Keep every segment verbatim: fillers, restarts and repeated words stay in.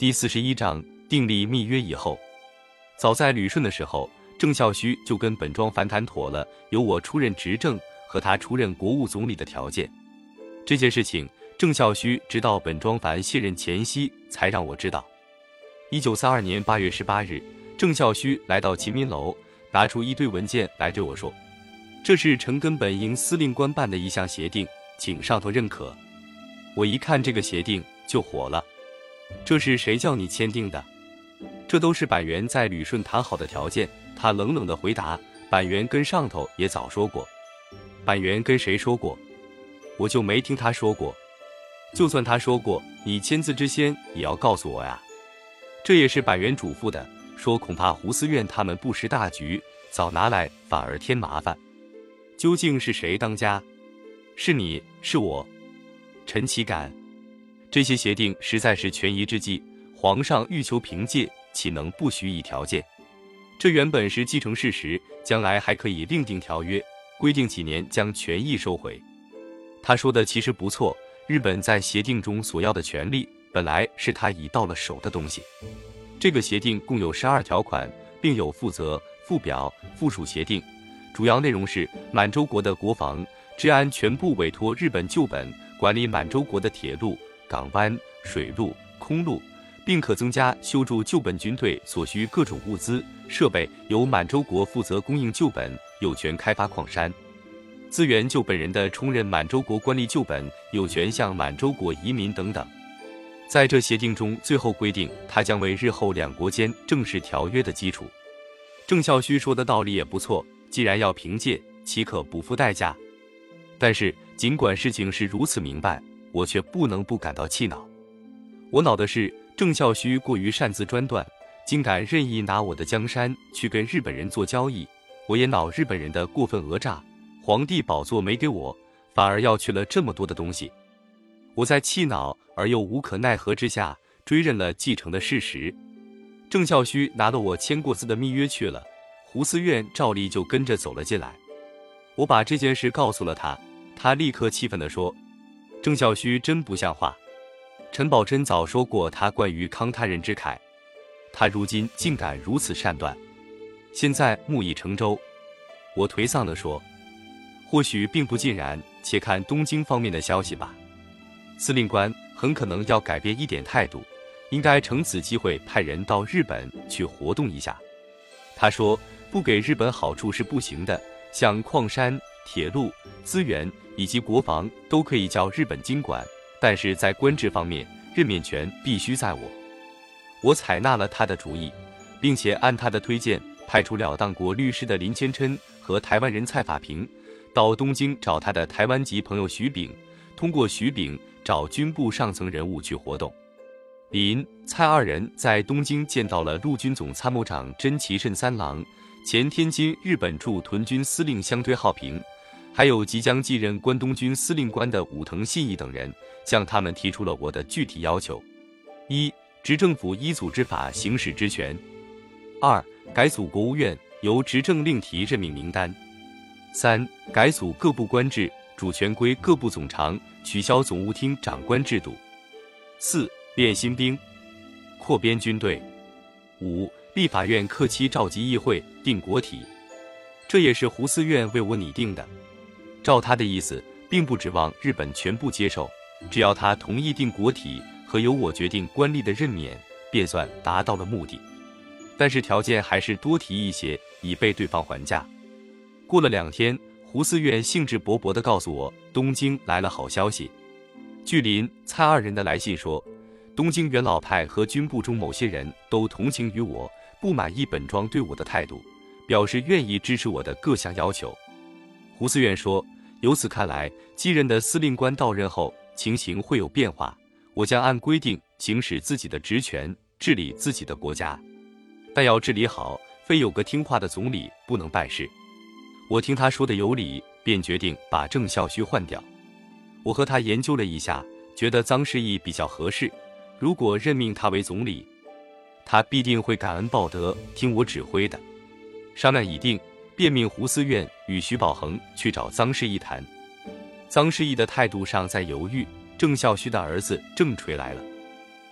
第四十一章订立密约以后，早在旅顺的时候，郑孝胥就跟本庄繁谈妥了由我出任执政和他出任国务总理的条件。这件事情，郑孝胥直到本庄繁卸任前夕才让我知道。一九三二年八月十八日，郑孝胥来到秦民楼，拿出一堆文件来对我说：“这是陈根本营司令官办的一项协定，请上头认可。”我一看这个协定就火了。这是谁叫你签订的？这都是板垣在旅顺谈好的条件。他冷冷地回答：板垣跟上头也早说过。板垣跟谁说过？我就没听他说过。就算他说过，你签字之先也要告诉我呀。这也是板垣嘱咐的，说恐怕胡思院他们不识大局，早拿来反而添麻烦。究竟是谁当家？是你，是我，陈其感。这些协定实在是权宜之计，皇上欲求凭借，岂能不许以条件？这原本是既成事实，将来还可以另定条约，规定几年将权益收回。他说的其实不错，日本在协定中所要的权利，本来是他已到了手的东西。这个协定共有十二条款，并有负责、附表、附属协定，主要内容是满洲国的国防、治安全部委托日本旧本管理满洲国的铁路、港湾、水路、空路，并可增加修筑旧本军队所需各种物资设备，由满洲国负责供应旧本，有权开发矿山。资源旧本人的充任满洲国官吏旧本，有权向满洲国移民等等。在这协定中，最后规定，它将为日后两国间正式条约的基础。郑孝胥说的道理也不错，既然要凭借，岂可不付代价？但是，尽管事情是如此明白，我却不能不感到气恼。我恼的是郑孝胥过于擅自专断，竟敢任意拿我的江山去跟日本人做交易。我也恼日本人的过分讹诈，皇帝宝座没给我，反而要去了这么多的东西。我在气恼而又无可奈何之下，追认了继承的事实。郑孝胥拿了我签过字的密约去了，胡思院照例就跟着走了进来。我把这件事告诉了他，他立刻气愤地说：“郑孝胥真不像话。陈宝琛早说过他关于康他人之慨，他如今竟敢如此善断，现在木已成舟。”我颓丧地说：“或许并不尽然，且看东京方面的消息吧。司令官很可能要改变一点态度，应该乘此机会派人到日本去活动一下。”他说：“不给日本好处是不行的，像矿山、铁路、资源以及国防都可以叫日本经管，但是在官制方面，任免权必须在我。”我采纳了他的主意，并且按他的推荐，派出了当国律师的林谦琛和台湾人蔡法平到东京找他的台湾籍朋友徐炳，通过徐炳找军部上层人物去活动。林、蔡二人在东京见到了陆军总参谋长真崎慎三郎、前天津日本驻屯军司令相推浩平，还有即将继任关东军司令官的武藤信义等人，向他们提出了我的具体要求：一、执政府依组织法行使职权；二、改组国务院，由执政令提任命名单；三、改组各部官制，主权归各部总长，取消总务厅长官制度；四、练新兵，扩编军队；五、立法院克期召集议会，定国体。这也是胡思院为我拟定的。照他的意思，并不指望日本全部接受，只要他同意定国体和由我决定官吏的任免，便算达到了目的。但是条件还是多提一些，以备对方还价。过了两天，胡思院兴致勃勃地告诉我，东京来了好消息。据林、蔡二人的来信说，东京元老派和军部中某些人都同情于我，不满意本庄对我的态度，表示愿意支持我的各项要求。胡思院说，由此看来，继任的司令官到任后，情形会有变化，我将按规定行使自己的职权，治理自己的国家。但要治理好，非有个听话的总理不能办事。我听他说的有理，便决定把郑孝胥换掉。我和他研究了一下，觉得臧世义比较合适。如果任命他为总理，他必定会感恩报德，听我指挥的。商量已定，便命胡思院与徐宝恒去找臧世义谈。臧世义的态度上在犹豫，郑孝胥的儿子郑垂来了。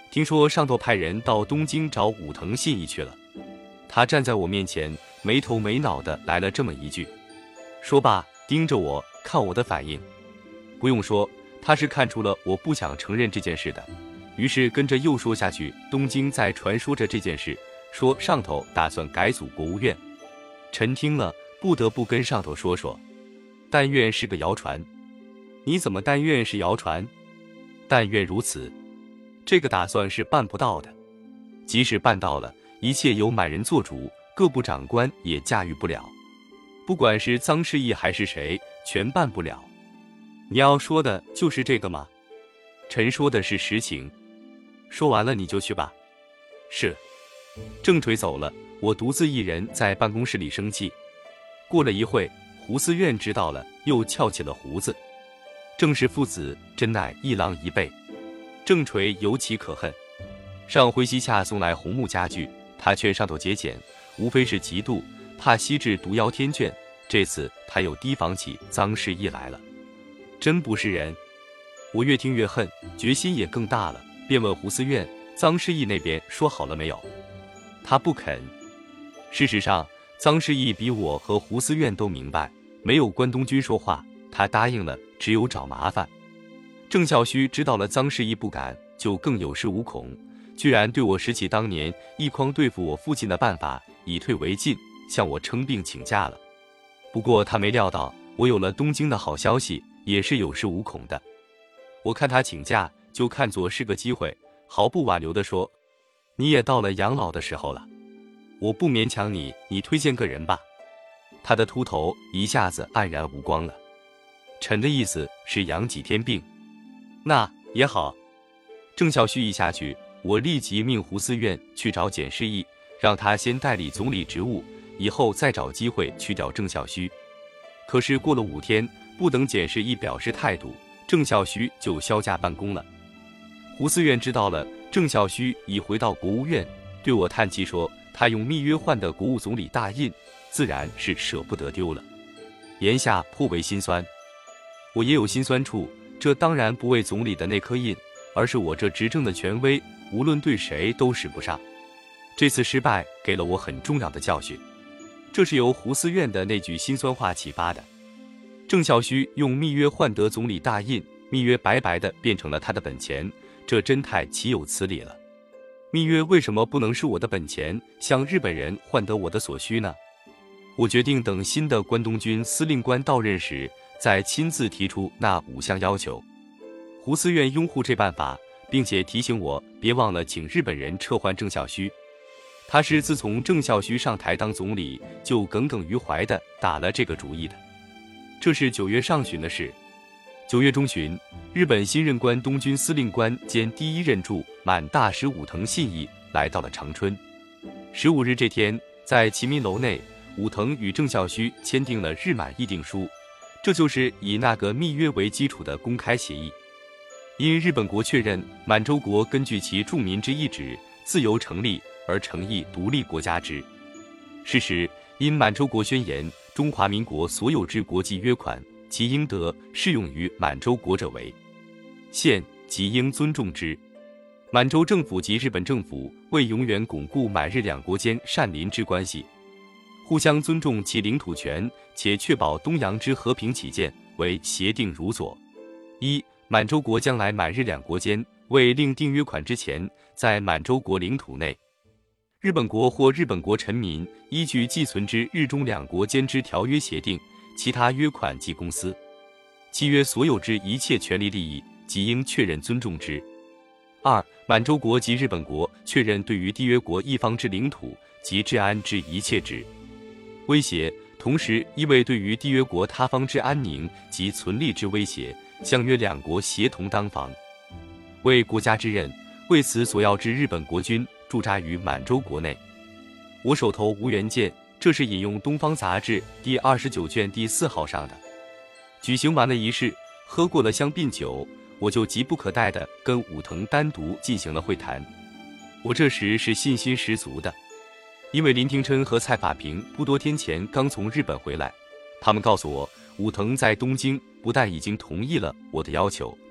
听说上头派人到东京找武藤信义去了。他站在我面前，没头没脑的来了这么一句，说罢盯着我看我的反应。不用说，他是看出了我不想承认这件事的，于是跟着又说下去，东京在传说着这件事，说上头打算改组国务院。臣听了不得不跟上头说说，但愿是个谣传。你怎么但愿是谣传？但愿如此，这个打算是办不到的。即使办到了，一切由满人做主，各部长官也驾驭不了。不管是臧世义还是谁，全办不了。你要说的就是这个吗？臣说的是实情。说完了你就去吧。是。郑垂走了，我独自一人在办公室里生气。过了一会，胡思院知道了，又翘起了胡子。郑氏父子真乃一狼一狈。郑垂尤其可恨。上回西洽送来红木家具，他劝上头节俭，无非是嫉妒，怕西至毒妖天眷。这次他又提防起臧世义来了，真不是人。我越听越恨，决心也更大了，便问胡思院，臧世义那边说好了没有？他不肯。事实上，臧世义比我和胡思院都明白，没有关东军说话，他答应了，只有找麻烦。郑孝胥知道了臧世义不敢，就更有恃无恐，居然对我拾起当年一匡对付我父亲的办法，以退为进，向我称病请假了。不过他没料到我有了东京的好消息，也是有恃无恐的。我看他请假，就看作是个机会，毫不挽留地说，你也到了养老的时候了，我不勉强你，你推荐个人吧。他的秃头一下子黯然无光了。臣的意思是养几天病。那也好。郑孝胥一下去，我立即命胡思院去找简世义，让他先代理总理职务，以后再找机会去掉郑孝胥。可是过了五天，不等简世义表示态度，郑孝胥就销假办公了。胡思院知道了郑孝胥已回到国务院，对我叹气说，他用密约换的国务总理大印，自然是舍不得丢了，言下颇为心酸。我也有心酸处，这当然不为总理的那颗印，而是我这执政的权威，无论对谁都使不上。这次失败给了我很重要的教训，这是由胡思院的那句心酸话启发的。郑孝胥用密约换得总理大印，密约白白的变成了他的本钱，这真太岂有此理了。密约为什么不能是我的本钱，向日本人换得我的所需呢？我决定等新的关东军司令官到任时，再亲自提出那五项要求。胡思院拥护这办法，并且提醒我别忘了请日本人撤换郑孝胥。他是自从郑孝胥上台当总理，就耿耿于怀的打了这个主意的。这是九月上旬的事。九月中旬，日本新任关东军司令官兼第一任驻满大使武藤信义来到了长春。十五日这天，在齐民楼内，武藤与郑孝胥签订了日满议定书，这就是以那个密约为基础的公开协议。因日本国确认满洲国根据其著民之意志自由成立而成立独立国家之。是时，因满洲国宣言，中华民国所有之国际约款，其应得适用于满洲国者为宪，即应尊重之。满洲政府及日本政府为永远巩固满日两国间善邻之关系，互相尊重其领土权，且确保东洋之和平起见，为协定如左。一、满洲国将来满日两国间为另订约款之前，在满洲国领土内，日本国或日本国臣民依据寄存之日中两国间之条约协定，其他约款及公司契约所有之一切权利利益，即应确认尊重之。二、满洲国及日本国确认对于缔约国一方之领土及治安之一切之威胁，同时亦为对于缔约国他方之安宁及存立之威胁，相约两国协同当防，为国家之任。为此所要之日本国军驻扎于满洲国内。我手头无原件，这是引用《东方杂志》第二十九卷第四号上的。举行完了仪式，喝过了香槟酒，我就急不可待地跟武藤单独进行了会谈。我这时是信心十足的，因为林廷琛和蔡法平不多天前刚从日本回来，他们告诉我，武藤在东京不但已经同意了我的要求，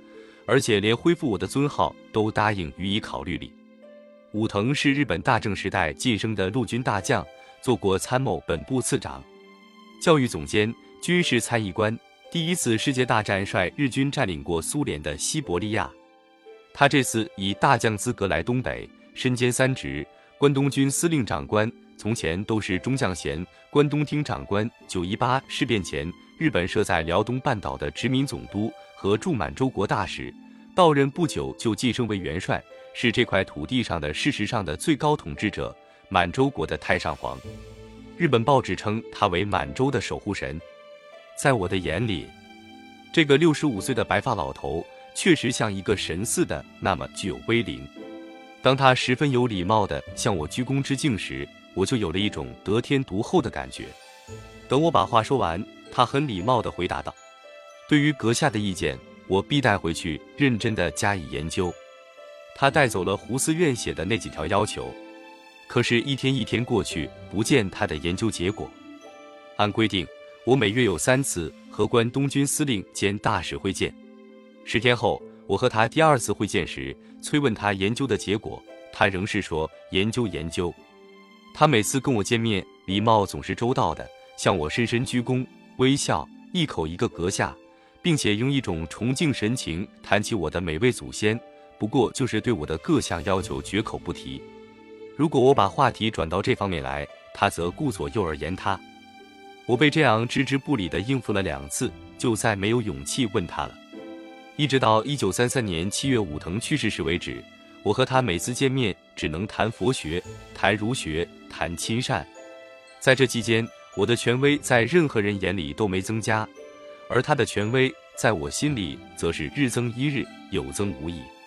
而且连恢复我的尊号都答应予以考虑里。武藤是日本大正时代晋升的陆军大将，做过参谋本部次长、教育总监、军事参议官，第一次世界大战率日军占领过苏联的西伯利亚。他这次以大将资格来东北，身兼三职：关东军司令长官，从前都是中将衔；关东厅长官，九一八事变前日本设在辽东半岛的殖民总督和驻满洲国大使，到任不久就晋升为元帅，是这块土地上的事实上的最高统治者，满洲国的太上皇。日本报纸称他为满洲的守护神。在我的眼里，这个六十五岁的白发老头确实像一个神似的那么具有威灵。当他十分有礼貌地向我鞠躬致敬时，我就有了一种得天独厚的感觉。等我把话说完，他很礼貌地回答道：对于阁下的意见，我必带回去认真地加以研究。他带走了胡思院写的那几条要求，可是一天一天过去，不见他的研究结果。按规定，我每月有三次和关东军司令兼大使会见。十天后，我和他第二次会见时，催问他研究的结果，他仍是说研究研究。他每次跟我见面，礼貌总是周到的，向我深深鞠躬，微笑，一口一个阁下，并且用一种崇敬神情谈起我的每位祖先，不过就是对我的各项要求绝口不提。如果我把话题转到这方面来，他则顾左右而言他。我被这样置之不理地应付了两次，就再没有勇气问他了。一直到一九三三年七月武藤去世时为止，我和他每次见面只能谈佛学、谈儒学、谈亲善。在这期间，我的权威在任何人眼里都没增加，而他的权威在我心里则是日增一日，有增无益。